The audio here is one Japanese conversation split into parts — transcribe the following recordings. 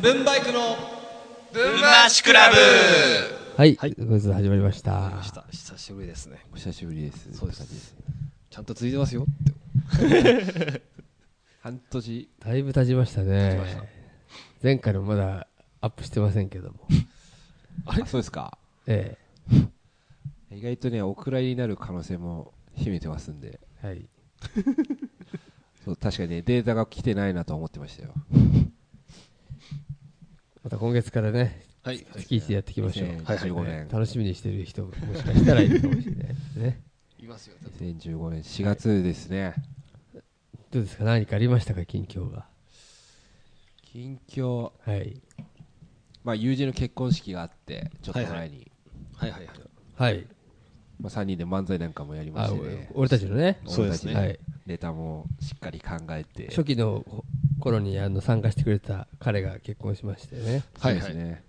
セブンバイクのブンマッシュクラブ。 はい、 はい、 ということで始まりました。 久しぶりですね。 お久しぶりです。 そうです。ちゃんと続いてますよって半年だいぶ経ちましたね。前回のまだアップしてませんけどもあれ、そうですか。 ええ、意外とね、お蔵入りになる可能性も秘めてますんで、 はい、 そう、確かにね、データが来てないなと思ってましたよ。 また今月からね、 はい、 月1でやっていきましょう。 2015年、 楽しみにしている人ももしかしたらいるかもしれないですね。 いますよ。 2015年4月ですね。 どうですか、何かありましたか、近況が。 近況、 はい、 まあ友人の結婚式があって、ちょっと前に、 はい、 まあ、3人で漫才なんかもやりましてね。 俺たちのね、 そうですね、 はい、 ネタもしっかり考えて、 初期の頃に参加してくれた彼が結婚しましてね。 そうですね。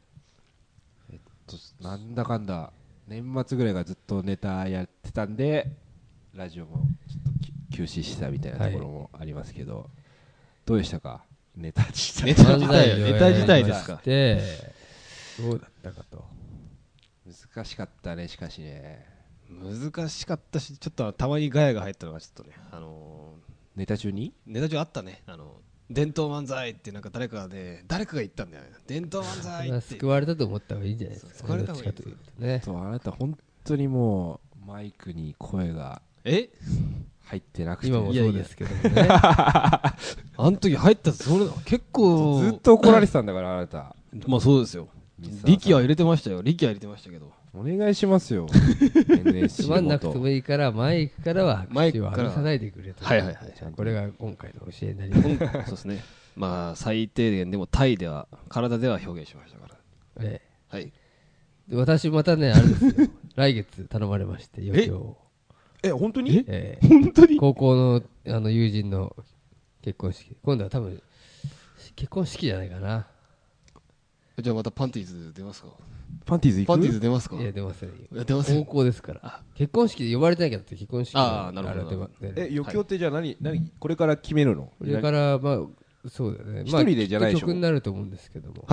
なんだかんだ年末ぐらいがずっとネタやってたんで、ラジオもちょっと休止したみたいなところもありますけど、どうでしたか、ネタ自体。 ネタ自体ですか。 どうだったかと。 難しかったね。しかしね、 難しかったし、ちょっとたまにガヤが入ったのがちょっとね、 ネタ中あったね。伝統漫才ってなんか誰かが言ったんだよね。伝統漫才って救われたと思った方がいいんじゃないですか。 救われた方がいいどっちかというとね。 そう、あなた本当にもうマイクに声が入ってなくて、 今もそうですけどもね。 あの時入ったそれ結構ずっと怒られてたんだから、あなた。 まあそうですよ。力は入れてましたけど、 お願いしますよ。 つまんなくてもいいからマイクからは口を外さないでくれと。 はい。 これが今回の教えになります。 そうですね。まあ最低限でも体では体では表現しましたから。はい。 で私またね、あれですよ。来月頼まれまして余興を。 本当に？ 本当に？ 高校の友人の結婚式。今度は多分結婚式じゃないかな。 じゃあまたパンティーズ出ますか？ パンティーズ行く？ パンティーズ出ますか？ いや出ませんよ。 出ません。 高校ですから。結婚式で呼ばれてなきゃって結婚式。 ああ、なるほど。 余興ってじゃあ何これから決めるの？ これからまあそうだね。 一人でじゃないでしょ。 曲になると思うんですけども。 はい。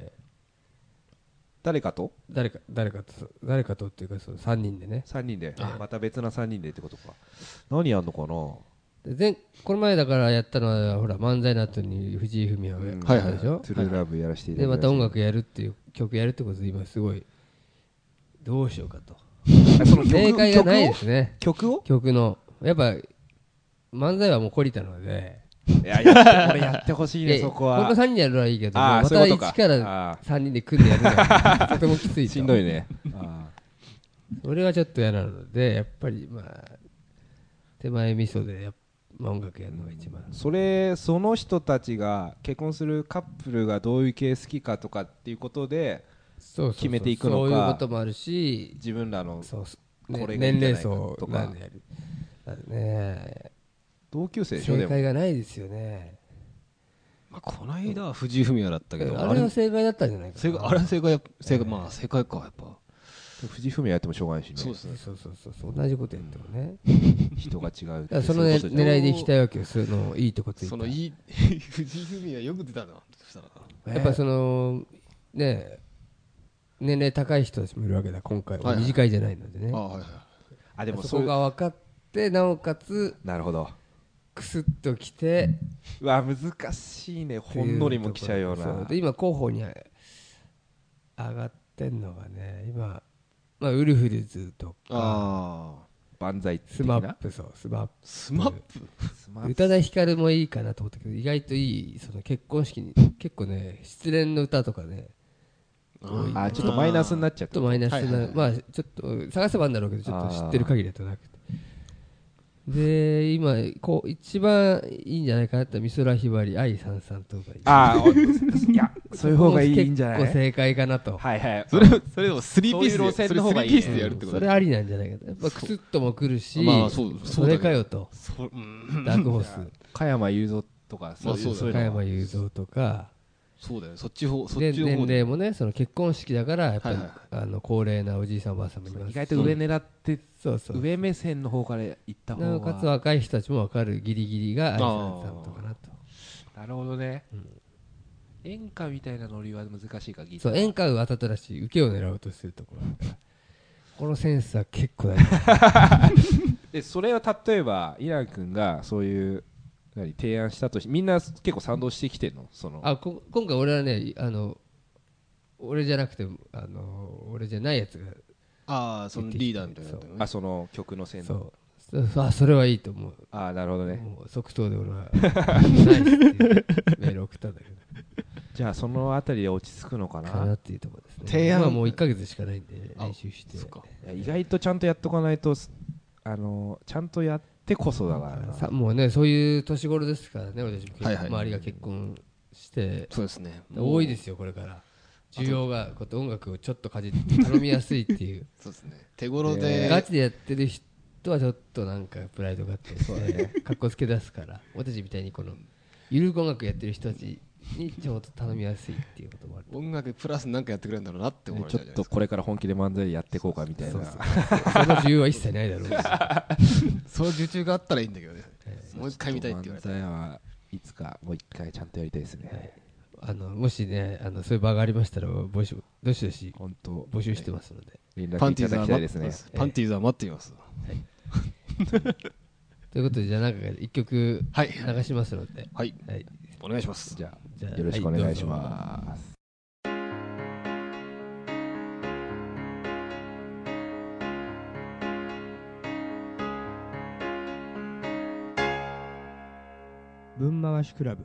誰かとっていうか、そう3人でね。 3人で、また別な3人でってことか。何やんのかな。 この前だからやったのはほら漫才の後に藤井フミヤがやったでしょ。 トゥルーラブやらせていただきました。でまた音楽やるっていう曲やるってことで今すごいどうしようかと。正解がないですね。曲のやっぱ漫才はもう懲りたので。 いやこれやってほしいね。そこはここ3人やるのはいいけど、また1から3人で組んでやるのはとてもきついと。 しんどいね。 それはちょっと嫌なので、やっぱりまあ手前味噌で音楽やるのが一番。 その人たちが結婚するカップルがどういう系好きかとかっていうことで決めていくのか。 そういうこともあるし、 自分らのこれ年齢層とかね。 同級生でしょ。 正解がないですよね。 まあこの間は藤井フミヤだったけど、 あれは正解だったんじゃないかな。 あれは正解まあ正解か。やっぱ藤井フミヤやってもしょうがないしね。 そうですね。 そう同じことやってもね。 人が違う。 その狙いでいきたいわけよ。そのいいとこついた。 藤井フミヤよく出たな。 やっぱそのね、年齢高い人たちもいるわけだ今回は。短いじゃないのでね。 でもそこが分かってなおかつ。 なるほど。 クスッときて、 うわ難しいね。ほんのりもきちゃうような。 で今候補に上がってんのがね、今まあウルフルズとか万歳スマップ。 スマップ宇多田ヒカルもいいかなと思ったけど、意外といい。その結婚式に結構ね、失恋の歌とかね、 ちょっとマイナスになっちゃった。 マイナスな、まあちょっと探せばあるんだろうけど、ちょっと知ってる限りだとなくて。で今一番いいんじゃないかなって美空ひばり愛さんさんとかいやそういう方がいいんじゃない。 結構正解かなと。 それでもスリーピースの方がいいでやるってこと。 それありなんじゃないかと。やっぱクスッとも来るし、それかよと。ダークホース加山雄三とか、 加山雄三とか。 そうだよ、そっち方で年齢もね、その結婚式だからやっぱり高齢なおじいさんおばあさんもいます。 意外と上狙って上目線の方から行った方が、 なおかつ若い人たちも分かるギリギリが愛さんさんとかなと。 なるほどね。 演歌みたいなノリは難しいか、ギター。 そう、演歌はわざとらしい、受けを狙おうとするところだからこのセンスは結構大事でそれを例えばイラン君がそういう提案したとしてみんな結構賛同してきてんの？ 今回俺はね俺じゃなくて俺じゃないやつがそのリーダーみたいなその曲の先導。 それはいいと思う。 なるほどね。 もう即答で俺はナイスっていうメール送ったんだけどじゃあそのあたりで落ち着くのかなっていうところですね。まあもう1ヶ月しかないんで練習して。 意外とちゃんとやっとかないとちゃんとやってこそだからな。 もうねそういう年頃ですからね。私もはいはい周りが結婚してそうですね多いですよこれから。需要がこう音楽をちょっとかじって頼みやすいっていうそうですね手頃でガチでやってる人はちょっとなんかプライドがあってかっこつけ出すから私たちみたいにこのゆるく音楽やってる人たちにちょっと頼みやすいっていうこともある。 音楽プラスなんかやってくれるんだろうなって思うちょっとこれから本気で漫才やっていこうかみたいな。 その需要は一切ないだろうしそういう受注があったらいいんだけどねもう一回見たいって言われたら漫才はいつかもう一回ちゃんとやりたいですね。 もしねそういう場がありましたらどしどし本当募集してますので連絡いただきたいですね。 パンティーズは待っています。 ということでじゃあなんか一曲流しますのではいお願いします。 じゃあよろしくお願いします。 分回しクラブ。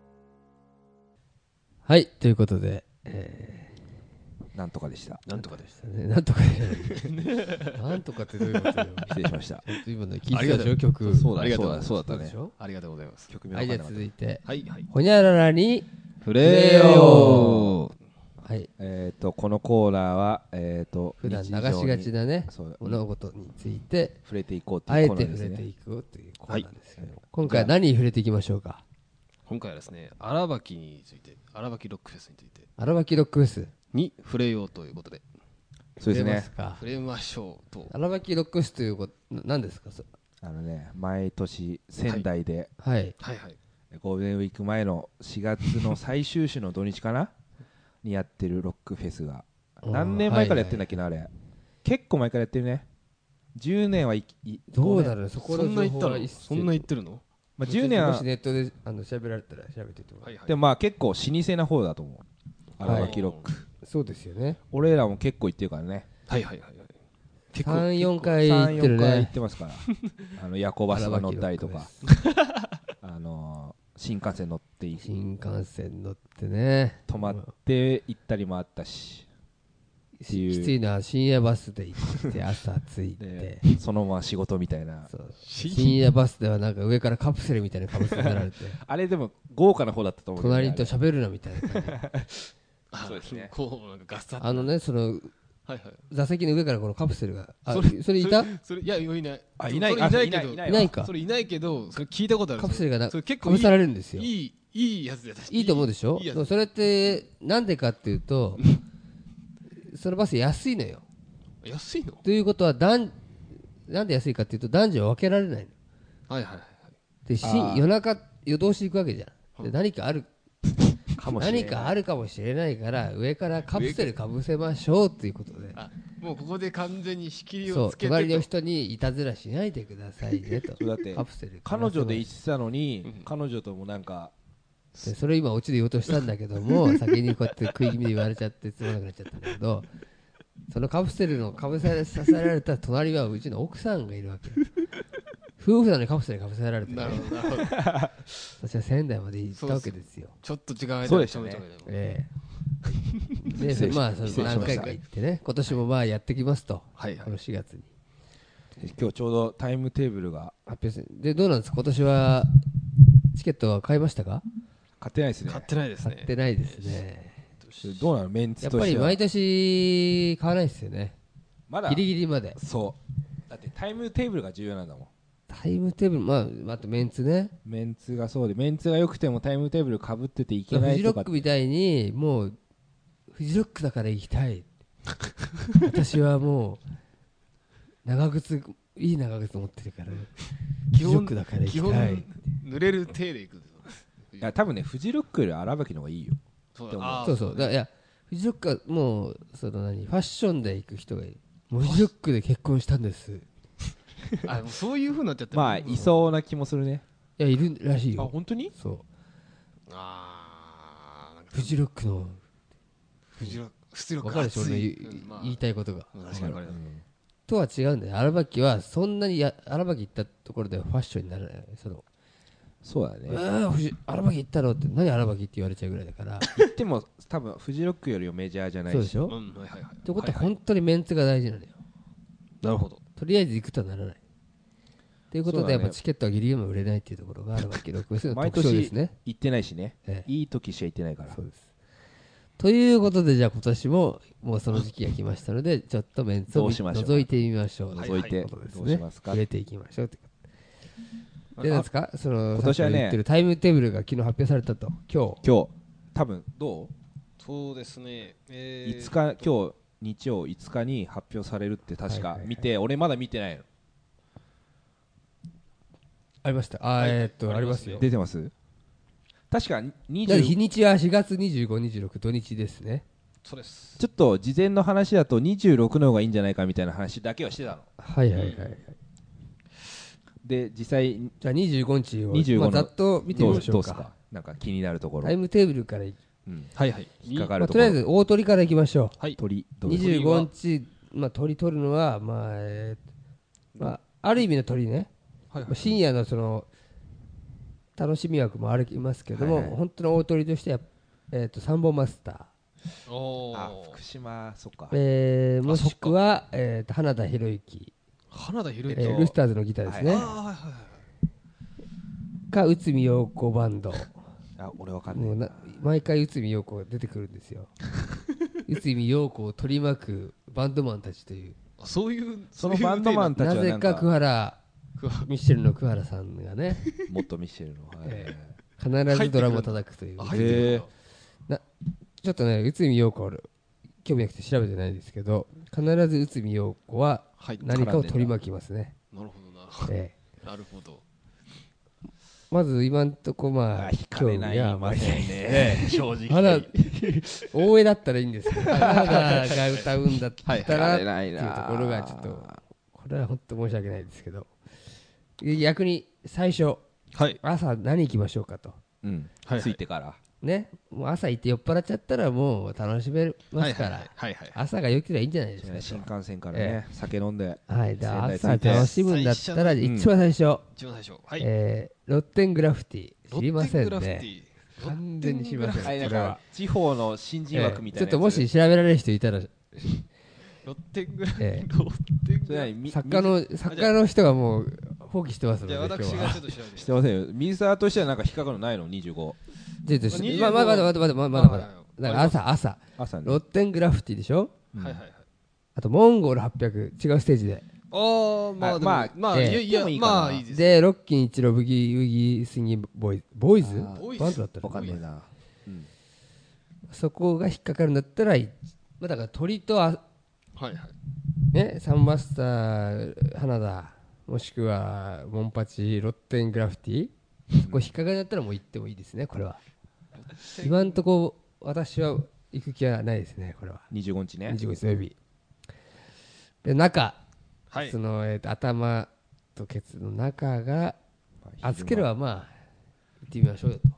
はいということでなんとかでした。 なんとかでしたね。なんとかなんとかってどういうことよ。 失礼しました。 今の聞いてたでしょ曲。 そうだったね。 ありがとうございます。 曲名はいじゃあ続いてほほにゃららに触れよはい。 このコーナーは普段流しがちなね物事について触れていこうとあえいうコーナーですて触れていね。 くというコーナーですけど今回は何に触れていきましょうか。 今回はですね荒牧について荒牧ロックフェスについて荒牧ロックフェスに触れようということでそうですね。 触れましょうと。 荒牧ロックフェスということ何ですか。 毎年仙台ではいゴールデンウィーク前の4月の最終週の土日かなにやってるロックフェスが何年前からやってんだっけなあれ。結構前からやってるね。10年はどうだろう。そこそんな言ったの。そんな言ってるの。 10年はもしネットで喋られたら喋っててもでも結構老舗な方だと思う。荒牧ロック。 そうですよね。 俺らも結構行ってるからね。 3、4回行ってるね。 3、4回行ってますから夜行バスが乗ったりとか新幹線乗ってね泊まって行ったりもあったしきついのは深夜バスで行って朝着いてそのまま仕事みたいな。 深夜バスではなんか上からカプセルみたいなかぶせられてあれでも豪華な方だったと思う。 隣と喋るなみたいな感じそうですね。 その座席の上からこのカプセルがそれいた？ それいやいないか。 それいないけどそれ聞いたことある。 カプセルがそれ結構かぶされるんですよ。 いいやつでいいと思うでしょ。それってなんでかっていうとそのバス安いのよ。 安いの？ ということはなんで安いかっていうと男女は分けられないの。で夜通し行くわけじゃん。で何かあるかもしれないから上からカプセルかぶせましょうということで。 もうここで完全に仕切りをつけて隣の人にいたずらしないでくださいねと。 だってカプセル彼女で行ってたのに彼女ともなんかそれ今オチで言おうとしたんだけども先にこうやって食い気味で言われちゃってつまらなくなっちゃったんだけどそのカプセルのかぶせさせられた隣はうちの奥さんがいるわけ。夫婦なのにカプセルかぶせられて、 なるほど私は仙台まで行ったわけですよ。 ちょっと時間空いてそうでしたね。 でまあ何回か行ってね今年もまあやってきますと、この4月に今日ちょうどタイムテーブルが発表してでどうなんですか今年はチケットは買いましたか？ 買ってないですね。 買ってないですね。 どうなのメンツとしては。 やっぱり毎年買わないですよね。 まだギリギリまで。 そうだってタイムテーブルが重要なんだもん。 タイムテーブルあとメンツね。 メンツがそうでメンツが良くてもタイムテーブルかぶってていけないとか。 フジロックみたいにもうフジロックだから行きたい私はもういい長靴持ってるからフジロックだから行きたい。 濡れる手で行く。 いや多分ねフジロックより荒牧の方がいいよ。 そうそう。だからいやフジロックはもうファッションで行く人がいる。フジロックで結婚したんです。 もうそういう風になっちゃってる。 まあいそうな気もするね。 いやいるらしいよ。 本当に？ そう。 なんかフジロックのフジロック分かるでしょ、俺の言いたいことが。 確かにとは違うんだよ。荒牧はそんなに荒牧行ったところでファッションにならない。 そうだね。 荒牧行ったのって何荒牧って言われちゃうぐらいだから。 言っても多分フジロックよりもメジャーじゃないし。 そうでしょ。ってことは本当にメンツが大事なのよ。 なるほど。 とりあえず行くとはならない。ということでやっぱチケットはギリギリも売れないっていうところが荒牧ロックフェスの特徴ですね。 毎年行ってないしね。いい時しか行ってないから。 そうです。ということでじゃあ今年ももうその時期が来ましたのでちょっとメンツを覗いてみましょう。 覗いてどうしますか。 触れていきましょうってでなんですか今年はね言ってるタイムテーブルが昨日発表されたと。今日多分どう？ そうですね。 5日今日日曜5日に発表されるって確か見て、俺まだ見てないの。 ありました。ありますよ。 出てます。確か日にちは4月25、26土日ですね。 そうです。 ちょっと事前の話だと26の方がいいんじゃないかみたいな話だけはしてたの。 はいはいはい。 で実際じゃあ25日をざっと見てみましょうか。 なんか気になるところ。 タイムテーブルからはいはい。 引っかかるところ。 とりあえず大鳥からいきましょう。 はい。 25日鳥取るのはある意味の鳥ね。深夜の楽しみ枠もありますけども、本当の大鳥としてはサンボマスター、福島、そっか、 もしくは花田博之、ルスターズのギターですね、か内海陽子バンド。 俺わかんない。 毎回内海陽子が出てくるんですよ。内海陽子を取り巻くバンドマンたちという、 そのバンドマンたちはなぜかミッシェルの桑原さんがねもっとミッシェルの、 必ずドラムを叩くという。ちょっとね内海陽子興味なくて調べてないんですけど、必ず内海陽子は何かを取り巻きますね。 なるほどなるほど。 まず今んとこ興味はませんね、正直。 まだ大江だったらいいんですけど、花田が歌うんだったらっていうところがちょっとこれは本当申し訳ないですけど、逆に最初朝何行きましょうかと。 着いてからね、もう朝行って酔っ払っちゃったらもう楽しめますから、朝が良ければいいんじゃないですか。 新幹線からね、酒飲んで、 朝楽しむんだったら一番最初、ロッテングラフィティ、知りませんね。完全に知りません。これは地方の新人枠みたいな、 ちょっともし調べられる人いたら、 ロッテングラフィティ、 作家の人がもう放棄してますので、 私がちょっと調べてしてませんよ。水沢としてはなんか引っかかるのないの？25。 まだだから朝ロッテングラフィティでしょ。あとモンゴル800、違うステージで。 まあいいです。 でロッキン一郎ブギウギスギボーイズバンドだったらわかんねえな。 そこが引っかかるんだったら、だから鳥とサンバスター花田もしくはモンパチロッテングラフィティ、そこ引っかかるんだったらもう行ってもいいですね。これは今んとこ私は行く気はないですね。これは 25日ね。 25日土曜日で、中頭とケツの中が暑ければ行ってみましょうよと。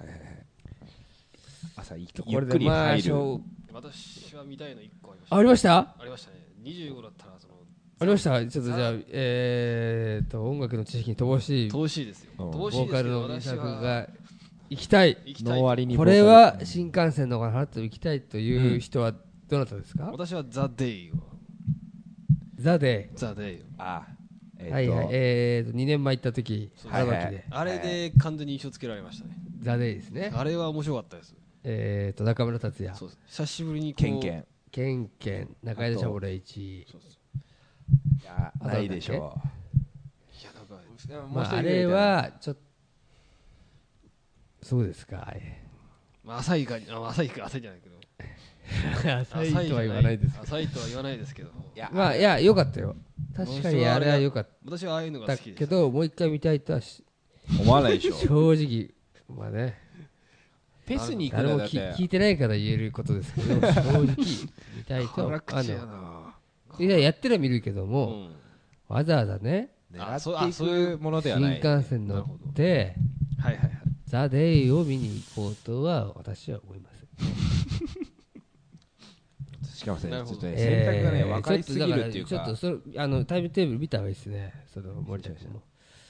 朝ゆっくり入る。 私は見たいの1個ありました。 ありましたね。25だったらありました。ちょっとじゃあ音楽の知識に乏しいですよ。 ボーカルの皆さんが行きたい。 これは新幹線の方から行きたいという人はどなたですか？ 私はザ・デイ。 ザ・デイ。はいはい。2年前行った時、 あれで完全に印象つけられましたね。 ザ・デイですね。 あれは面白かったです。 中村達也。 久しぶりにケンケン、中井田シャボレイチ。 いやないでしょう。あれはちょっとそうですか。 浅いじゃないけど。 浅いとは言わないです。 浅いとは言わないですけど。 いや良かったよ。確かにあれは良かった。 私はああいうのが好きです。 けどもう一回見たいとは思わないでしょ。 正直ね。 フェスに行く誰ものだって聞いてないから言えることですけど正直見たいといややってるは見るけども、わざわざね狙っていくものではない新幹線乗ってザ・デイを見に行こうとは私は思います。 しかもね、ちょっとね、選択がね、分かりすぎるっていうか、 ちょっとタイムテーブル見た方がいいですね、その森田君も。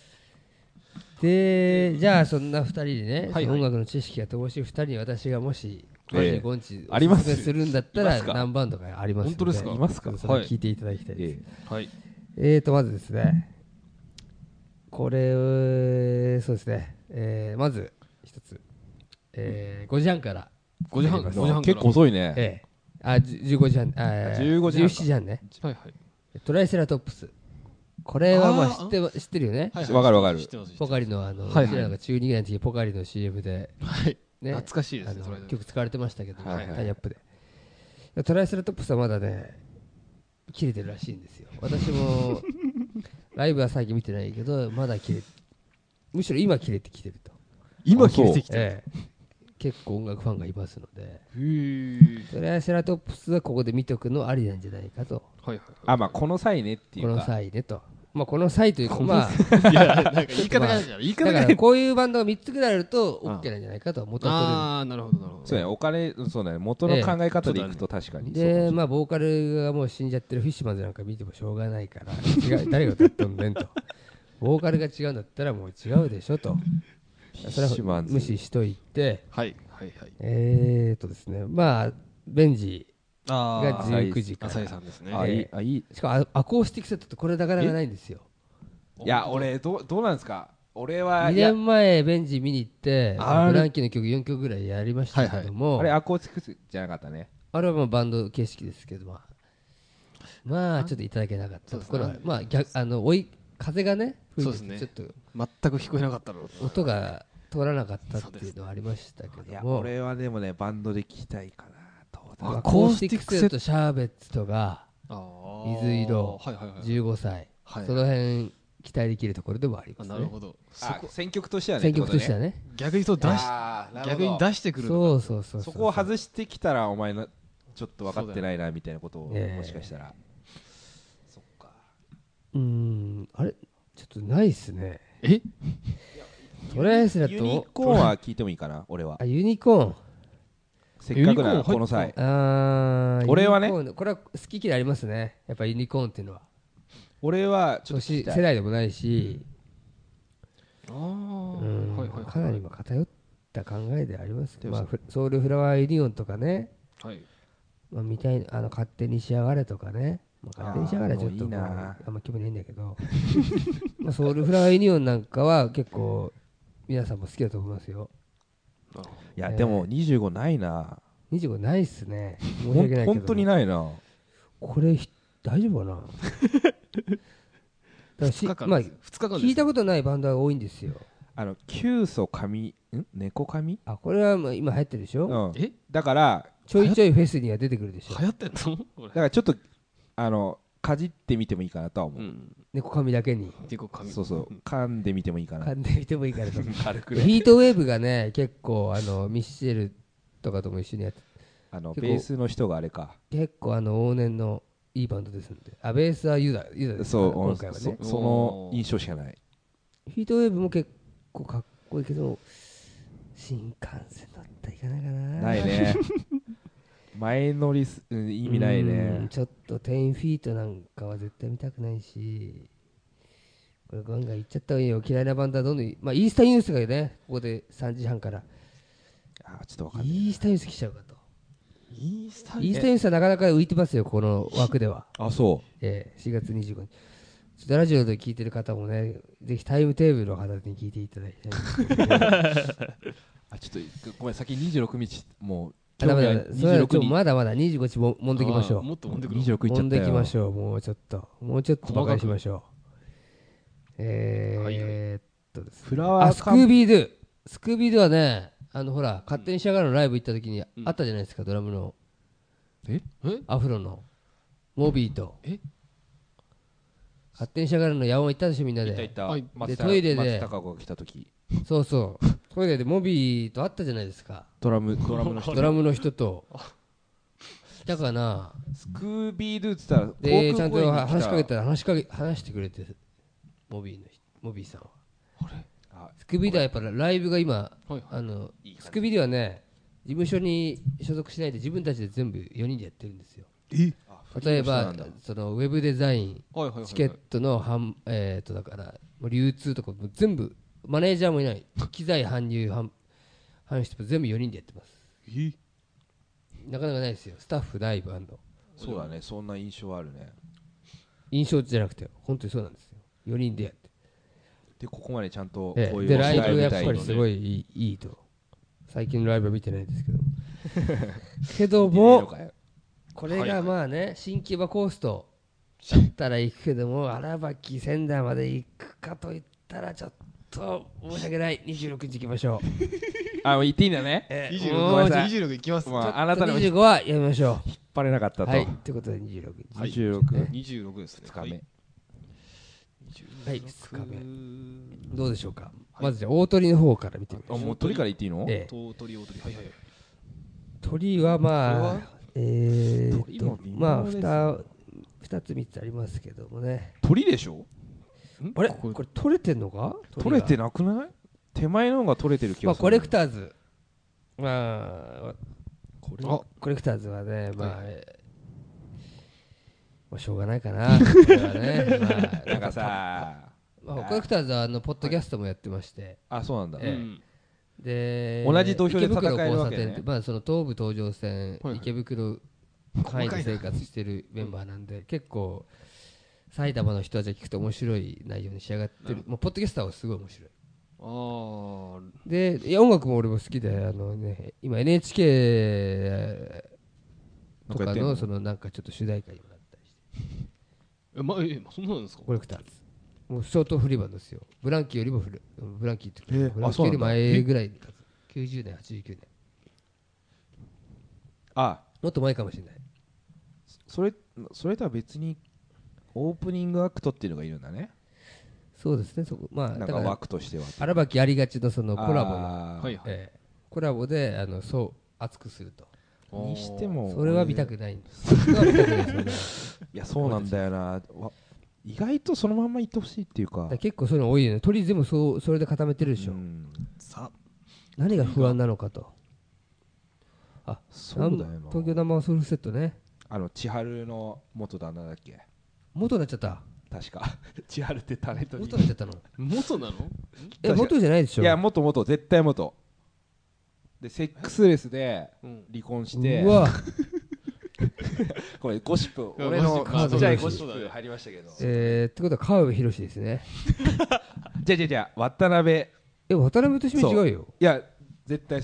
で、じゃあそんな2人でね、音楽の知識が乏しい2人に私がもし25日おすすめするんだったら何バンドかありますので、 本当ですか？ いますか？ それ聞いていただきたいです。 はい。 まずですね、これそうですね、まず一つ、5時半から 5時半結構遅いね。 15時半、17時半ね。 はいはい。 トライセラトップス。これはまあ知ってるよね。 わかるわかる。 ポカリのうちらが中2ぐらいの時ポカリの CM で懐かしいですね。 曲使われてましたけど、タイアップで。トライセラトップスはまだね切れてるらしいんですよ。私もライブは最近見てないけどまだむしろ今切れてきてると。 今切れてきてる。 結構音楽ファンがいますので、トライセラトップスはここで見とくのありなんじゃないかと。 まあこの際ねっていうか。 この際ねと。まあこの際というかまあ言い方がだからこういうバンドが3つぐらいあると OK なんじゃないかと元はなるほどなるほど。 そうね、お金そうだね、元の考え方でいくと確かに。 でまあボーカルがもう死んじゃってるフィッシュマンズなんか見てもしょうがないから誰が歌ってんねんと。ボーカルが違うんだったらもう違うでしょと。それは無視しといて、ですね、まあベンジが19時から、 浅井さんですね。 しかもアコースティックセットってこれなかなかないんですよ。 いや俺どうなんですか。俺は 2年前ベンジ見に行ってフランキーの曲4曲ぐらいやりましたけども、 あれアコースティックじゃなかったね。 あれはまあバンド形式ですけど、まあちょっといただけなかった。これはまあ風がね吹いてちょっと全く聞こえなかったの。 音が通らなかったっていうのはありましたけども、いや俺はでもねバンドで聴きたいかな。 アコースティックセットシャーベッツとか水色15歳その辺期待できるところでもありますね。 なるほど。 選曲としてはね。 選曲としてはね。 逆に出してくる。 そうそこを外してきたらお前のちょっと分かってないなみたいなことをもしかしたら。そっか。 あれちょっとないっすね。トライセラとユニコーンは聞いてもいいかな俺は。 ユニコーン。 せっかくならこの際。俺はね。 これは好き嫌いありますね。やっぱユニコーンっていうのは。 俺はちょっと世代でもないし、かなり偏った考えでありますけど、ソウルフラワーユニオンとかね、みたいな勝手に仕上がれとかね、勝手に仕上がれはちょっとあんま興味ないんだけどソウルフラワーユニオンなんかは結構皆さんも好きだと思いますよ。 いやでも25ないな。 25ないっすね。申し訳ないけど本当にないな。 これ大丈夫かな聞いたことないバンドが多いんですよ。 キソ猫髪これは今流行ってるでしょ。 だからちょいちょいフェスには出てくるでしょ。 流行ってんの？ だからちょっとかじってみてもいいかなとは思う。 猫髪だけに。 そうそう噛んでみてもいいかな。 噛んでみてもいいからと。 軽くね。 ヒートウェーブがね結構ミッシェルとかとも一緒にやって、 ベースの人があれか。 結構往年のいいバンドですので、ベースはユダですから今回はね。 その印象しかない。 ヒートウェーブも結構かっこいいけど新幹線乗ったらいかないかな。 ないね。前乗り意味ないね。 ちょっと10フィートなんかは絶対見たくないし、これガンガンいっちゃった方がいいよ。嫌いなバンドはどんどんイースタンユースがねここで3時半からちょっとわかんない。 イースタンユース来ちゃうかと。 イースタンユースはなかなか浮いてますよこの枠では。 そう。 4月25日。ちょっとラジオで聞いてる方もねぜひタイムテーブルを片手に聞いていただきたい。 ちょっとごめん先26日もう。 まだまだ25日もんできましょう。 もっともんでくる。 26日もんできましょう。もうちょっとバカにしましょう。 フラワースクービードゥ。スクービードゥはねほら勝手に仕上がるのライブ行った時にあったじゃないですか。ドラムのアフロのモビーと勝手に仕上がるの山行ったでしょみんなで。でトイレで松高子が来た時。 そうこれでモビーと会ったじゃないですか、 ドラムの人ドラムの人と。だからな、 スクービードゥって言ったらでちゃんと話しかけたら話してくれて、モビーさんは。スクービーではやっぱライブが今、スクービーではね、事務所に所属しないで自分たちで全部4人でやってるんですよ。例えばそのウェブデザイン、チケットのだからもう流通とかも全部、マネージャーもいない、機材搬入搬出も全部4人でやってます。なかなかないですよ、スタッフライブ。 そうだね、そんな印象あるね。 印象じゃなくて本当にそうなんですよ、4人でやって。 でここまでちゃんとこういうでライブやっぱりすごいいいと。最近のライブは見てないですけどもこれがまあね、新木場コーストだったら行くけども、荒垣仙台まで行くかといったらちょっと申し訳ない。26日行きましょう。 言っていいんだね。 26行きます。 あなたの 25はやめましょう。 引っ張れなかったと。 はい、ということで26 ですね。 2日目。 はい、2日目どうでしょうか。まずじゃあ大鳥の方から見てみましょう。 もう鳥から言っていいの？ 大鳥、はいはいはい。 鳥はまあまあ2つ3つありますけどもね。 鳥でしょ？ あれこれ取れてんのか？ 取れてなくない？手前の方が取れてる気がする。 コレクターズ、コレクターズはね、まあしょうがないかな。 なんかさ、 コレクターズはポッドキャストもやってまして。 あ、そうなんだ。 で同じ土俵で戦えるわけね。 まあその東武東上線池袋範囲で生活してるメンバーなんで、結構埼玉の人たちが聞くと面白い内容に仕上がってる。もうポッドキャスターはすごい面白い。で音楽も俺も好きで、今 NHK とかのそのなんかちょっと主題歌にもなったりして。 そんなんですか？ コレクターズもう相当古いバンドですよ。ブランキーよりも古い。ブランキーってブランキーより前ぐらいに90年89年。もっと前かもしれない。 それとは別にオープニングアクトっていうのがいるんだね。 そうですね。まあなんか枠としては荒垣ありがちのそのコラボのコラボでそう熱くすると。 にしてもそれは見たくないんです。 いやそうなんだよな。意外とそのまんまいってほしいっていうか。 結構そういうの多いよね。鳥全部それで固めてるでしょ。何が不安なのかと。 そうだよな。 東京生ソウルセットね。 千春の元旦那だっけ？ 元になっちゃった。 確か千春ってタレントに元になっちゃったの？ 元なの？ 元じゃないでしょ。 いや元絶対元でセックスレスで離婚して、 うわこれゴシップ、俺のちっちゃいゴシップ入りましたけど、 ってことは川辺宏ですね。 じゃ渡辺渡辺としみ違うよ。 いや絶対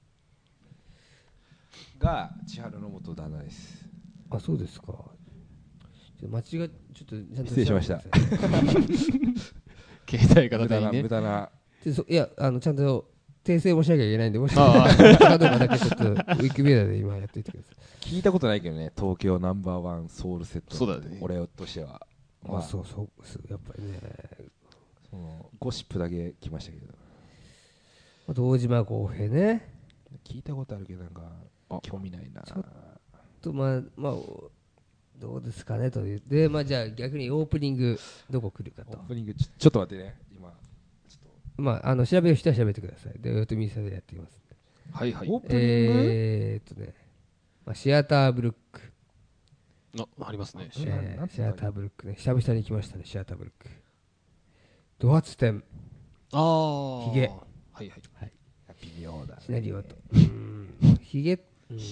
そうが千春の元旦那です。 あ、そうですか。間違ちょっとちゃんと失礼しました。 携帯型でいいね。 無駄な。 いやちゃんと訂正もしなきゃいけないんで、もしかどうかだけちょっとウィキペディアで今やっておいてください。 聞いたことないけどね、東京ナンバーワンソウルセット。 そうだね。 俺としては。 そうやっぱりね。 ゴシップだけ来ましたけど。 堂島康平ね。 聞いたことあるけどなんか興味ないな。 ちょっとまあどうですかねという。でじゃあ逆にオープニングどこ来るかと。 オープニングちょっと待ってね。今調べる人は調べてください。で、ミサでやっています。 はいはい。 オープニングシアターブルック。 ありますね。 シアターブルックね。久々に来ましたね、シアターブルック。ドハツ展。ヒゲ。 はいはい。 微妙だ。 シナリオと。ヒゲ。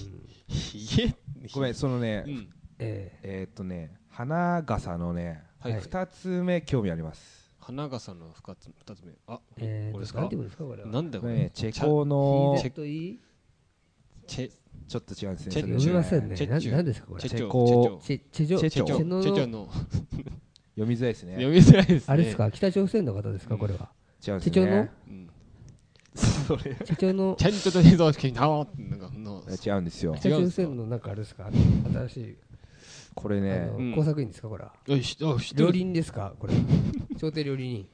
ごめん、そのね、花笠のね、2つ目興味あります。 花笠の2つ目。これですか？ なんだこれ。 チェコのちょっと違うんですね。読みませんね。何ですかこれ？ チェコチェジョの読みづらいですね。 読みづらいですね。 あれですか？北朝鮮の方ですかこれは？ 違うんですね。 チェチョのちゃんとと映像式違うんですよ。 北朝鮮のなんかあれですか？新しい。 これね、 工作員ですかこれは？料理人ですかこれ？朝廷料理人。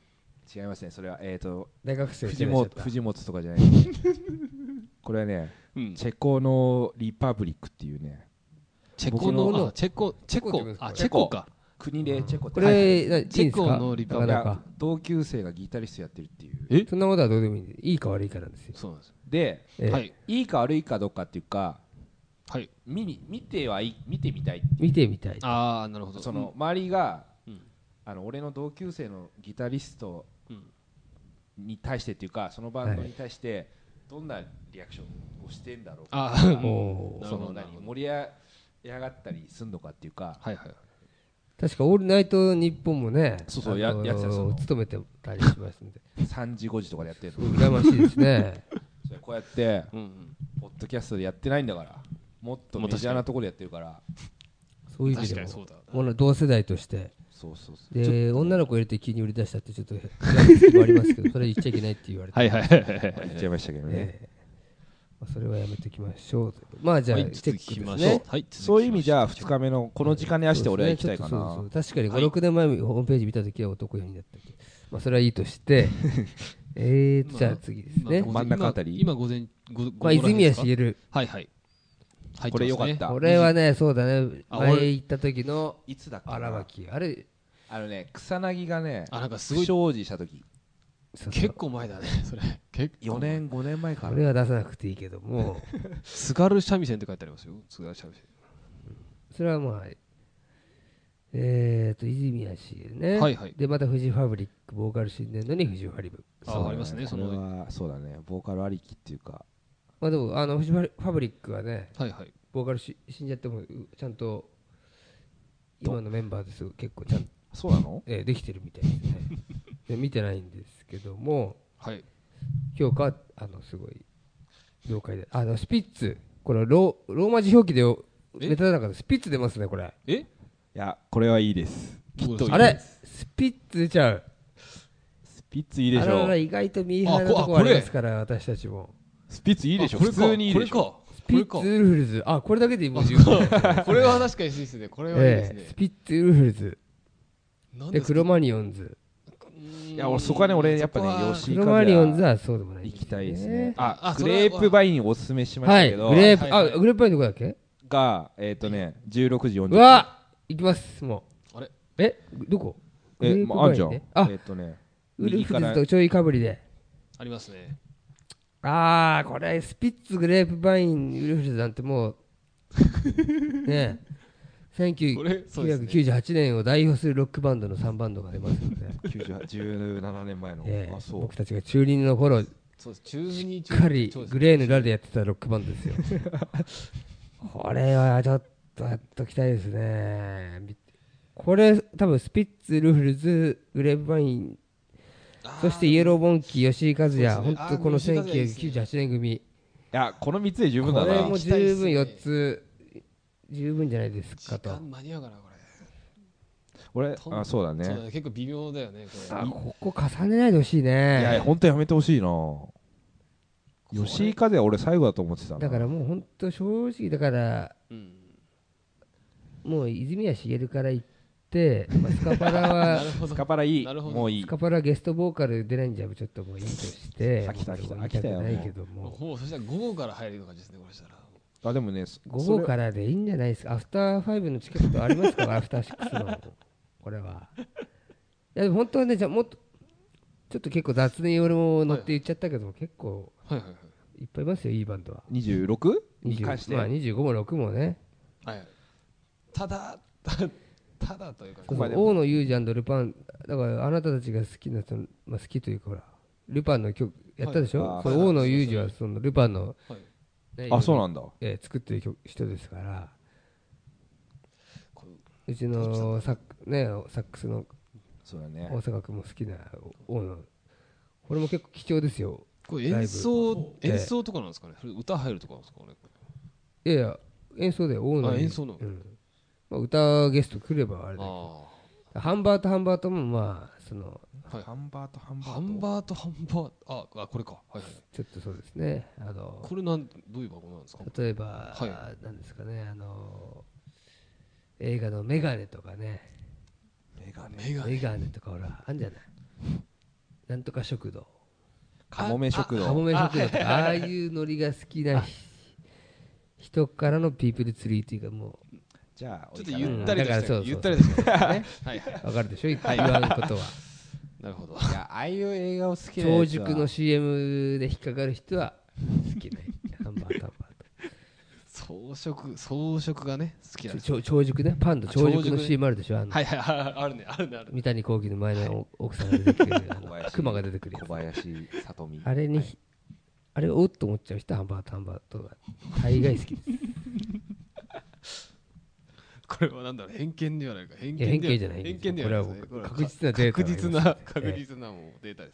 違いますね、それは大学生藤本とかじゃないこれはね、チェコのリパブリックっていうね、 チェコか国でチェコって、 これチェコのリパブリック、 同級生がギタリストやってるっていう。 そんなことはどうでもいいんで、いいか悪いかなんですよ。 そうなんですで、いいか悪いかどうかっていうか、見てみたい。 見てみたい。 ああ、なるほど。 その周りが俺の同級生のギタリストに対してっていうか、そのバンドに対してどんなリアクションをしてんだろうか、その盛り上がったりすんのかっていうか。 確かオールナイトニッポンもね、 そうやってた、 勤めてたりしますんで 3時5時とかでやってるの。 羨ましいですねこうやってポッドキャストでやってないんだから、もっとメジャーなところでやってるから、 そういう意味でも同世代として、で女の子入れて急に売り出したってちょっとありますけど、それ言っちゃいけないって言われて言っちゃいましたけどね。 それはやめておきましょう。まあじゃあチェックですね。 そういう意味じゃ2日目のこの時間に合わせて俺は行きたいかな。 確かに5、6年前ホームページ見た時は男4人だったけど、まあそれはいいとしてじゃあ次ですね。 真ん中あたり、 今午前泉谷しげる、 これよかった。 これはね、そうだね、前行った時の荒牧、あれね、草薙がね不祥事した時、 結構前だね、それ。 4年5年前かな。 これは出さなくていいけども津軽三味線って書いてありますよ。津軽三味線、 それはまあ泉谷しげるね。でまたフジファブリックボーカル新年度にフジファリブ。 ありますね。 それはそうだね、ボーカルありきっていうか、 まあでもフジファブリックはね、ボーカル死んじゃってもちゃんと今のメンバーです結構ちゃんと、 そうなの？ できてるみたいですねで見てないんですけども、評価はすごい了解で、スピッツ、これローマ字表記でネタだからスピッツ出ますね、これ。 いや、これはいいです。きっといいです。 あれスピッツ出ちゃう。 スピッツいいでしょ。 意外とミーハーなとこありますから、私たちも。 スピッツいいでしょ。普通にいいでしょ。 スピッツウルフルズ、これだけでもう十分これは確かにいいですね。これはいいですね。 スピッツウルフルズでクロマニオンズ。 いや、そこはね、俺やっぱね、吉井クロマニオンズはそうでもない、 行きたいですね。グレープバインおすすめしましたけど、 グレープバインどこだっけが16時40分。 うわ、行きます。もうあれどこ？ あんじゃん。 ウルフルズとちょいかぶりでありますね。 これスピッツ、グレープバイン、ウルフルズなんてもうねえ、1998年を代表するロックバンドの3バンドが出ますので 17年前の、 僕たちが中2の頃、しっかりグレーの裏でやってたロックバンドですよこれはちょっとやっときたいですね。これ多分スピッツ、ルフルズ、グレープバイン、そしてイエローモンキー、吉井和也、本当この1998年組、いや、この3つで十分だな。 これも十分4つ十分じゃないですかと。 間に合うかな、 これ。そうだね。 結構微妙だよね、 ここ重ねないでほしいね。 いや、本当やめてほしいな。吉井和也俺最後だと思ってた。 だからもう本当正直だから、もう泉谷しげるから言って、スカパラはスカパラいい、もういい。 スカパラゲストボーカル出ないんじゃちょっともういいとして、 飽きたよ。 ないけども。 もうそしたら午後から入る感じですね、これしたら。 でもね、 午後からでいいんじゃないですか。アフター5のチケットありますかアフター6の。これは。いや、でも本当はね、じゃあもっと、ちょっと結構雑に俺も乗って言っちゃったけども、結構、いっぱいいますよ、いいバンドは。 26？ に関して。 25も6もね。 ただというか、 大野裕二&ルパン、だからあなたたちが好きな人、好きというか、ほら、ルパンの曲やったでしょ。大野裕二はそのルパンの、 そうなんだ。 作ってる人ですから、うちのサックスの大阪君も好きな大野、これも結構貴重ですよ。 これ演奏とかなんですかね。歌入るとかなんですかね。 いやいや、演奏で大野。 演奏の。 歌ゲスト来ればあれだけど。ハンバートもまあその。 ハンバート、 これか。 ちょっとそうですね。 これどういう番号なんですか。 例えばなんですかね、映画のメガネとかね。メガネとかほらあんじゃない。 なんとか食堂、 かもめ食堂、 かもめ食堂とかああいうノリが好きな人からのピープルツリーというか、もうじゃあちょっとゆったりとしたゆゆったりとしたね、 はいはいわかるでしょ、言わんことは。 なるほど。 いや、ああいう映画を好きなやつは長熟の CM で引っかかる人は好きね。ハンバート装飾がね好きなんですよ。 長熟ね、パンダ長熟の CM あるでしょ。 はいはいあるねあるねあるね。 三谷幸喜の前の奥さんが出てくる熊が出てくるやつ。 小林聡美、 あれに、あれをおっと思っちゃう人はハンバートが大概好きです。 これはなんだろう、偏見ではないか。偏偏見じゃない偏見ではないですね。 これは確実なデータ確実なもうデータです。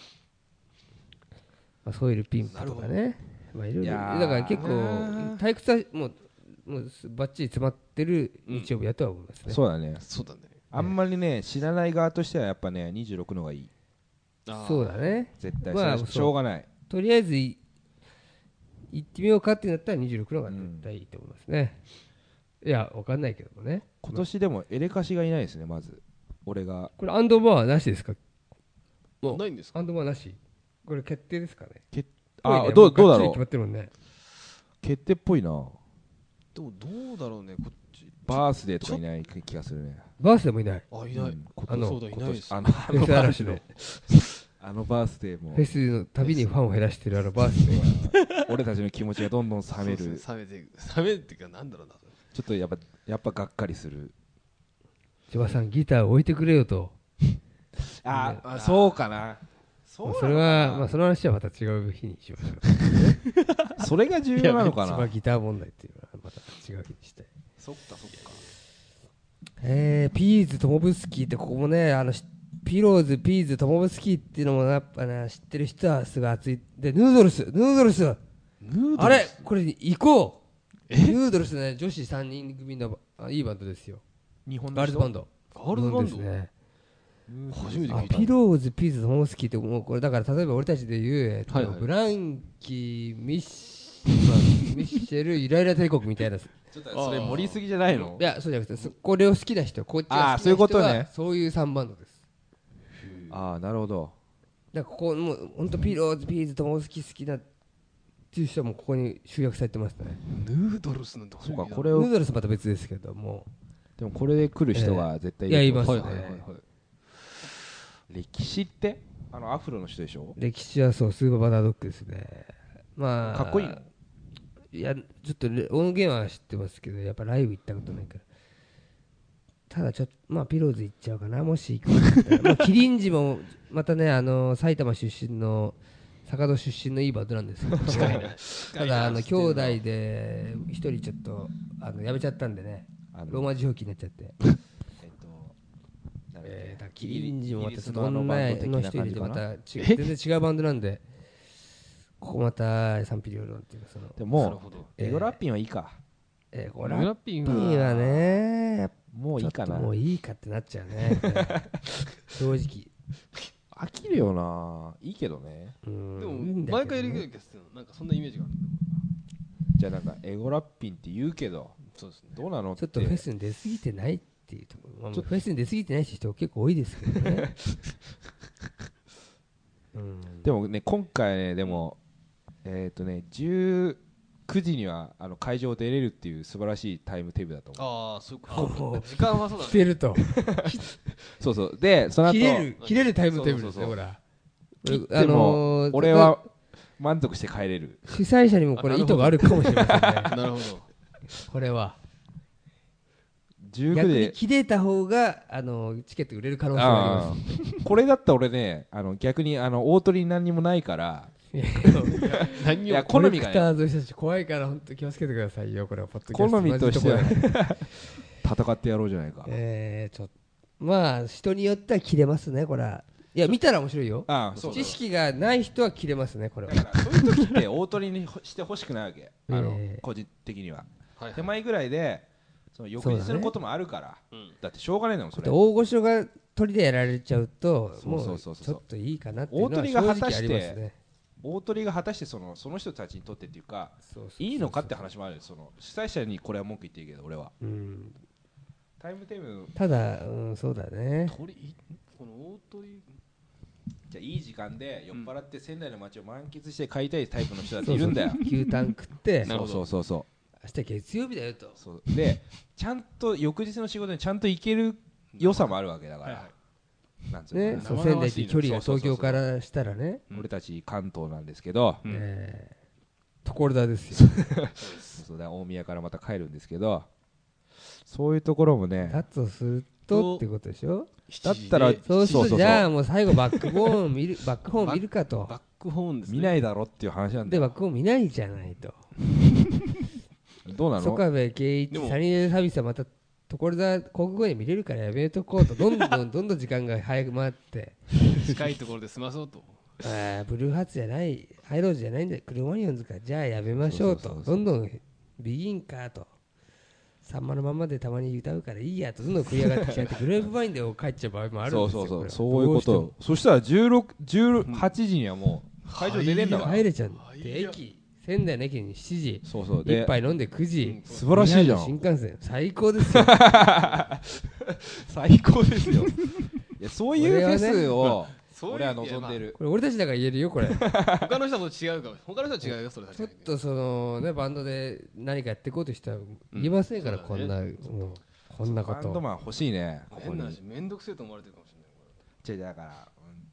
まあ、ソイルピンプとかね、まあいろいろ、だいやーから結構退屈はもうバッチリ詰まってる日曜日やとは思いますね。 そうだね。 そうだね。 あんまりね、知らない側としてはやっぱね、26のがいい。 そうだね。 絶対、 まあそれはしょうがない。 とりあえず行ってみようかってなったら26のが絶対いいと思いますね。いや、わかんないけどもね。 今年でもエレカシがいないですね、まず。俺が。 これアンドバーはなしですか？もうないんですか？ アンドバーなし。これ決定ですかね。 あ、どうだろう。 決まってるもんね。 決定っぽいな。 でもどうだろうね、こっち。 バースデーとかいない気がするね。 バースでもいない。 あ、いない。そうだ、いないです。 フェス嵐のあのバースデーもフェスのたびにファンを減らしてるあのバースデーは俺たちの気持ちがどんどん冷める。 冷めるっていうか、なんだろうな。 ちょっとやっぱがっかりする。 千葉さんギター置いてくれよと。 あ、そうかな。 それは、まあその話はまた違う日にしましょう。 それが重要なのかな。 千葉ギター問題っていうのはまた違う日にして。 そっか。 ピーズトモブスキーってここもね、ピローズピーズトモブスキーっていうのもやっぱね、知ってる人はすごい熱い。でヌードルスあれこれ行こう。ヌードルスね、女子3人組のいいバンドですよ。 日本のガールズバンド。 ガールズバンドですね。 初めて聞いた。 ピローズピーズトモブスキーってもうこれだから例えば俺たちで言う、ブランキーミッシェルイライラ帝国みたいな。 ちょっとそれ盛りすぎじゃないの？ いや、そうじゃなくて、これを好きな人、こっちが好きな人はそういうことね。 そういう3バンドです。 ああ、なるほど。 だからここもう本当ピローズピーズトモブスキー好きなっていう人はもうここに集約されてますね。 ヌードルスなんてそうか、こヌれをードルスまた別ですけども。 でもこれで来る人が絶対いやいますね。 歴史ってアフロの人でしょ？ 歴史はそう、スーパーバタードッグですね。まあかっこいいの？ いや、ちょっと音源は知ってますけど、やっぱライブ行ったことないから。ただちょっと、まあピローズ行っちゃうかな、もし行くんだったら。まあキリンジも、またね、埼玉出身の、坂戸出身のいいバンドなんですけど、ただ、兄弟で、一人ちょっと、辞めちゃったんでね、ローマ字表記になっちゃって。キリンジもまたちょっと女の人入れてまた全然違うバンドなんで、ここまた賛否両論っていうか、 でもエゴラッピンはいいか。 エゴラッピンはね、 もういいかな。 もういいかってなっちゃうね。正直飽きるよな。いいけどね。 でも毎回やりたいけど、なんかそんなイメージがある。 じゃあなんかエゴラッピンって言うけど、そうですね。どうなのって。 ちょっとフェスに出過ぎてないっていうところ、フェスに出過ぎてない人結構多いですけどね。 でもね、今回ね、でも19時には会場出れるっていう素晴らしいタイムテーブルだと思う。 ああ、そうか。時間はそうだね。 来てると。 そうそう。で、その後切れるタイムテーブルですね、ほら。 でも俺は満足して帰れる。 主催者にもこれ意図があるかもしれませんね。 なるほど。 これは。 逆に切れた方がチケット売れる可能性があります。 これだったら俺ね、逆に大鳥に何にもないから。 いや好みが怖いから本当気をつけてくださいよ。これはポッドキャスト好みとしては戦ってやろうじゃないか。 まあ人によっては切れますね、これは。いや見たら面白いよ。知識がない人は切れますね、これは。 そういう時って大鳥にしてほしくないわけ。個人的には手前ぐらいでその翌日のこともあるから、だってしょうがないのそれ。 大御所が鳥でやられちゃうともうちょっといいかなっていうのは正直ありますね。 大鳥が果たしてその人たちにとってっていうかいいのかって話もある。その主催者にこれは文句言っていいけど俺はタイムテーブルただそうだね。 この大鳥じゃあいい時間で酔っ払って仙台の街を満喫して帰りたいタイプの人だっているんだよ。 牛タン食ってそう明日月曜日だよと。 そうでちゃんと翌日の仕事にちゃんと行ける良さもあるわけだから、 なんつうのね、仙台って距離が東京からしたらね、 俺たち関東なんですけど、 所沢ですよ。 そうだ、大宮からまた帰るんですけど、そういうところもね、 だとするとってことでしょ。 だったらそうするとじゃあもう最後バックホーン見るバックホーン見るかと。 バックホーンですね。 見ないだろっていう話なんだでよ。 バックホーン見ないじゃないと。 どうなの？ 曽我部圭一サニーサービスはまた所沢国語で見れるからやめとこうと。どんどん時間が早く回って近いところで済まそうと。 ブルーハーツじゃないハイローズじゃないんだよ、クロマニオンズか、じゃあやめましょうと。どんどんビギンかと、さんまのままでたまに歌うからいいやと、どんどん繰り上がってきちゃってグレープバインで帰っちゃう場合もあるんですよ。 そういうこと。そしたら18時にはもう会場出れんだから入れちゃうで、駅仙台の駅に7時、 で 1杯飲んで9時、 素晴らしいじゃん。 新幹線最高ですよ。 最高ですよ。いやそういうフェスを俺は望んでる。 これ俺たちだから言えるよこれ。 他の人は違うかも。他の人は違うよそれ。 ちょっとそのねバンドで何かやっていこうとしたら言いませんから、こんなこんなこと。 バンドマン欲しいね。 変な話、めんどくせえと思われてるかもしれない。 だから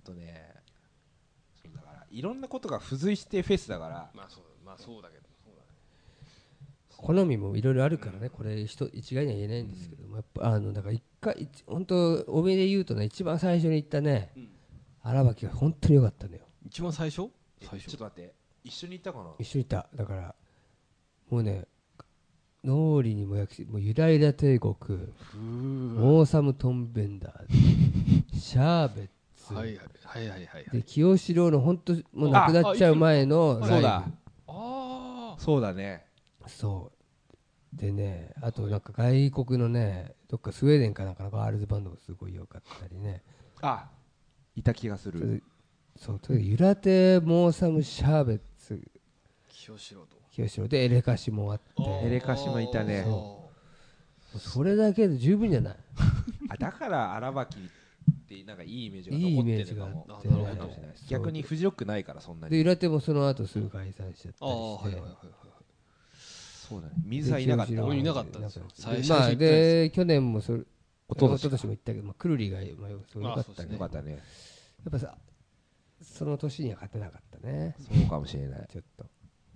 そうだからいろんなことが付随してフェスだから。 まあそうだけど。 好みもいろいろあるからね、これ一概には言えないんですけども、やっぱだから一回本当おめで言うとね、一番最初に行ったね、荒牧が本当に良かったのよ。 一番最初？ ちょっと待って、一緒に行ったかな？ 一緒に行った。だからもうね、脳裏にもやきもうゆらゆら帝国、オーサムトンベンダー、シャーベッツ、で清志郎の本当もう亡くなっちゃう前のライブ。 そうだね。 そうでね、あとなんか外国のね、どっかスウェーデンかなんかのガールズバンドがすごい良かったりね。 いた気がする。 そう、とにかくゆらてモーサムシャーベッツ、 清志郎でエレカシもあって、 エレカシもいたね。 それだけで十分じゃない。 だから荒牧ってなんかいいイメージが残ってるかも。逆にフジロックないからそんなに。 でゆらてもその後すぐ解散しちゃったりして。 そうだね。水はいなかった。 俺いなかったんですよ。 まあで去年もそれ一昨年も行ったけど、クルリがすごい良かったね。 良かったね。やっぱさ、その年には勝てなかったね。 そうかもしれない。 ちょっと。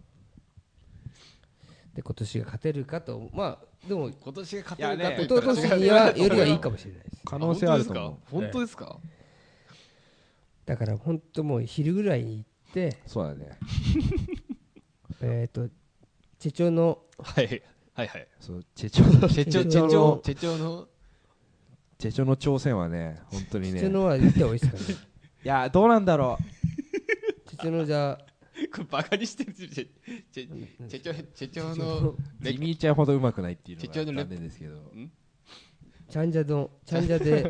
で今年が勝てるかと、まあでも今年が勝てるかと、 一昨年よりはいいかもしれないです。 可能性あると思う。 本当ですか？ だから本当もう昼ぐらいに行って、 そうだね。 チェチョのそうチェチョの挑戦はね、本当にね。 チェチョのは行った方がいいですかね。 いやどうなんだろう。チェチョのじゃこれバカにしてる。チェチョのジミーちゃんほどうまくないっていうのが残念ですけど。 チャンジャでチャンジャで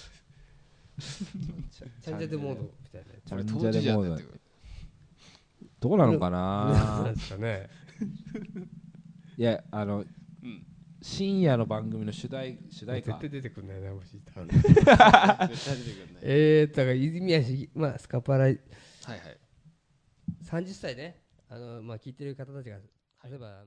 モードみたいな。 チャンジャでモード。どうなのかな。 なんですかね。 いや深夜の番組の主題歌絶対出てくんないな、もしいたら。絶対出てくんない。だから泉谷しまあスカパラ30歳ね、まあ聞いてる方たちが例えば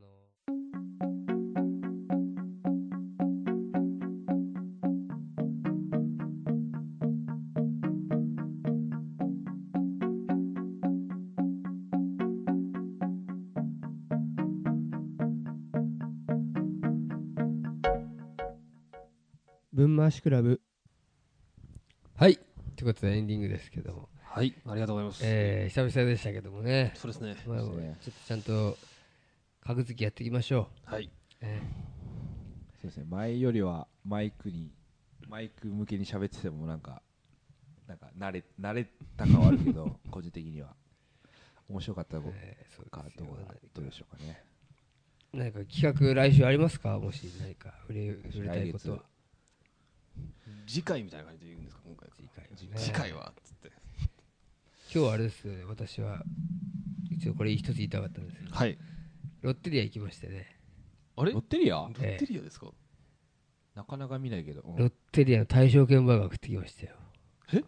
分回しクラブ。 はいということでエンディングですけども、 はい、ありがとうございます。 久々でしたけどもね。 そうですね。 まあ、ちょっとちゃんと格付きやっていきましょう。はい。 そうですね。前よりはマイク向けに喋っててもなんか慣れた感はあるけど個人的には面白かったかどうでしょうかね。 何か企画来週ありますか？もし何か触れたいことは。 次回みたいな感じで言うんですか？今回。次回はつって。 今日はあれです。私は一応これ一つ言いたかったんですけど、 はい、 ロッテリア行きましてね。 あれ？ ロッテリアですか？ なかなか見ないけど、 ロッテリアの大正券売買送ってきましたよ。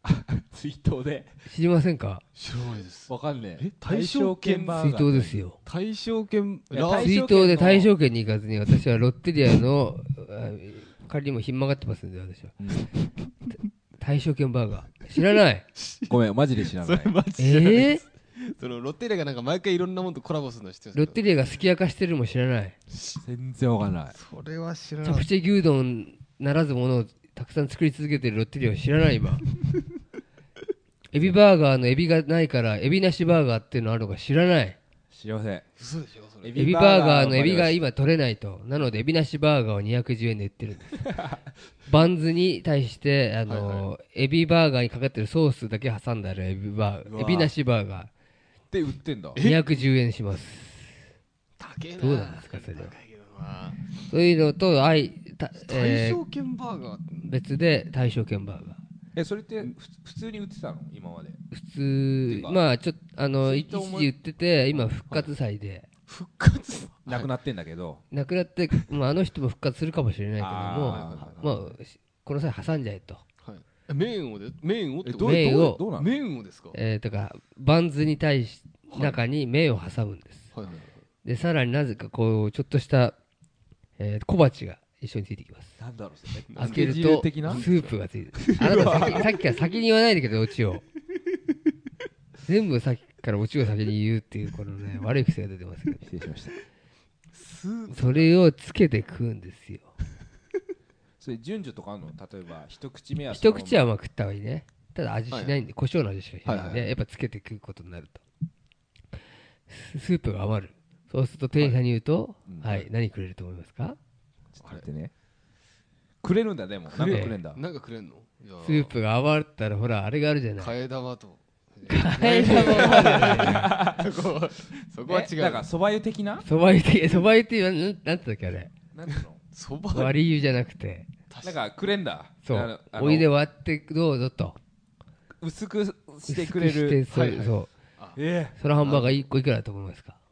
追悼で知りませんか？ 知らないです。 わかんねえ。 大正券バーガー追悼ですよ。 大正券いや大追正券の悼で大正圏に行かずに私はロッテリアの仮にもひん曲がってますんで私は、大正圏バーガー知らない？ ごめんマジで知らない。 マジでそのロッテリアがなんか毎回いろんなものとコラボするの知ってるんですか？ ロッテリアがすき焼かしてるのも知らない？ 全然わかんない。 それは知らチャプチェ牛丼ならずものをたくさん作り続けてるロッテリアを知らない今エビバーガーのエビがないからエビなしバーガーっていうのあるのか知らない？ 知りません。 嘘でしょそれ。 エビバーガーのエビが今取れないと。なのでエビなしバーガーを210円で売ってるんですバンズに対してエビバーガーにかかってるソースだけ挟んであるエビなしバーガーで売ってんだ。 210円します。 高えな。 どうなんですかそれは。 高いけどな。 そういうのと大正券バーガー別で大正券バーガー。 それって普通に売ってたの今まで？ 普通まあちょっと一時売ってて今復活祭で復活なくなってんだけど、 なくなってまああの人も復活するかもしれないけどもまあこの際挟んじゃえと。 麺をってどうなの？ 麺をですか？ だからバンズに対し中に麺を挟むんです。でさらになぜかこうちょっとした小鉢が一緒についてきます。 なんだろうそれ。 開けるとスープがついてる。あなたさっきから先に言わないでけどオチを全部さっきからオチを先に言うっていうこのね悪い癖が出てますけど。 失礼しました。 それをつけて食うんですよ。 それ順序とかあるの？例えば一口目は一口はまあ食った方がいいね。ただ味しないんで、胡椒の味しかしないんで、やっぱつけて食うことになるとスープが余る。そうすると店員さんに言うとはい何くれると思いますか？ ちょっと待ってね。くれるんだ。でもなんかくれんだ。 なんかくれんの？ スープが余ったらほらあれがあるじゃない。 替え玉と替え玉はじゃないそこは違う。 だからそば湯的な？ そば湯ってなんてだっけあれ。 なんていうの？ そば割り湯じゃなくてなんかくれんだ。 そうお湯で割ってどうぞと薄くしてくれる。 そうそのハンバーガー1個いくらだと思いますか？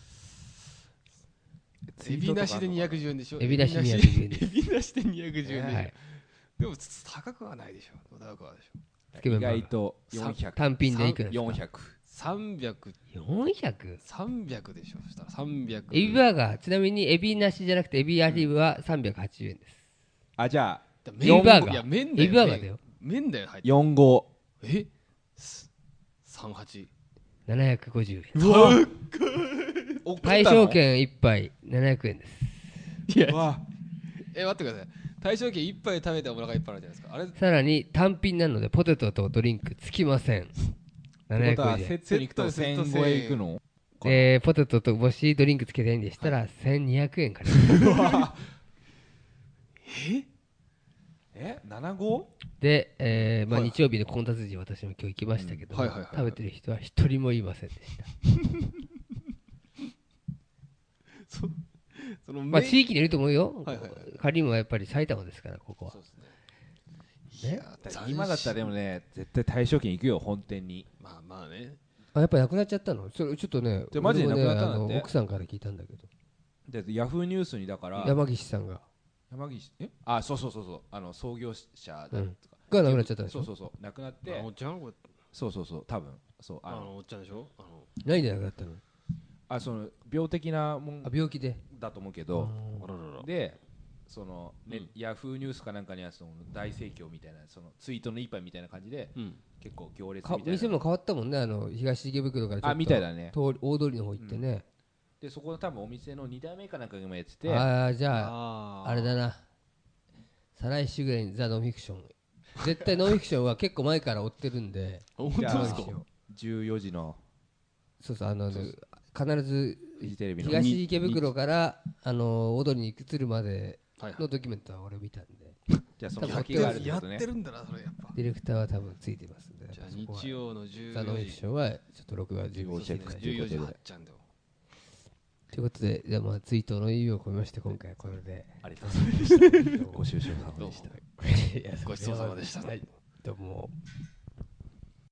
エビなしで210円でしょ？ エビなし210円です。 エビなしで210円でしょ？でも高くはないでしょ？高くはでしょ？ 意外と400。 単品でいくらですか ？400。 300でしょ？そしたら300。 エビバーガーちなみにエビなしじゃなくてエビありは380円です。 あじゃあエビバーガー。 エビバーガーだよ。 麺だよ入って。 45。 38。 750円。 うわ大正券1杯700円です。 いや待ってください。大正券1杯食べてお腹いっぱいあるじゃないですか。あれさらに単品なのでポテトとドリンクつきません。700円。 セットに行くと1000超えいくの？ ポテトともしドリンクつけてないんでしたら1200円から 75？ で、まあ、日曜日の混雑時私も今日行きましたけど、食べてる人は一人もいませんでしたまあ地域にいると思うよ。仮にもやっぱり埼玉ですからここは。 今だったらでもね絶対大正券行くよ本店に。 まあね。 やっぱなくなっちゃったの？それちょっとねマジでなくなったんだって。 奥さんから聞いたんだけど。 ヤフーニュースにだから山岸さんがそう創業者だとかがなくなっちゃったでしょ。 そうなくなってそう多分そうおっちゃんでしょ。 何でなくなったの？ その病的なもん病気でだと思うけどでそのヤフーニュースかなんかにはその大盛況みたいなそのツイートの一杯みたいな感じで結構行列みたいな店も変わったもんね。東池袋からちょっとみたいだね。 大通りの方行ってね。 でそこの多分お店の2代目かなんかがやっててじゃああれだな再来週ぐらいにザ・ノンフィクション絶対ノンフィクションは結構前から追ってるんで本当ですか 14時のそう必ずテレビの東池袋から大通りに移るまでのドキュメントは俺見たんでじゃあその先があるってやことね。 ってるんだなそれやっぱ。 ディレクターは多分ついてますんで。 じゃあ日曜の14時ザ・ノンフィクションはちょっと録画15時 14時8ちゃんでということで、じゃあまあツイートの意味を込めまして今回はこれでありがとうございました。ご愁傷様でした。 ごちそうさまでした。 どうも。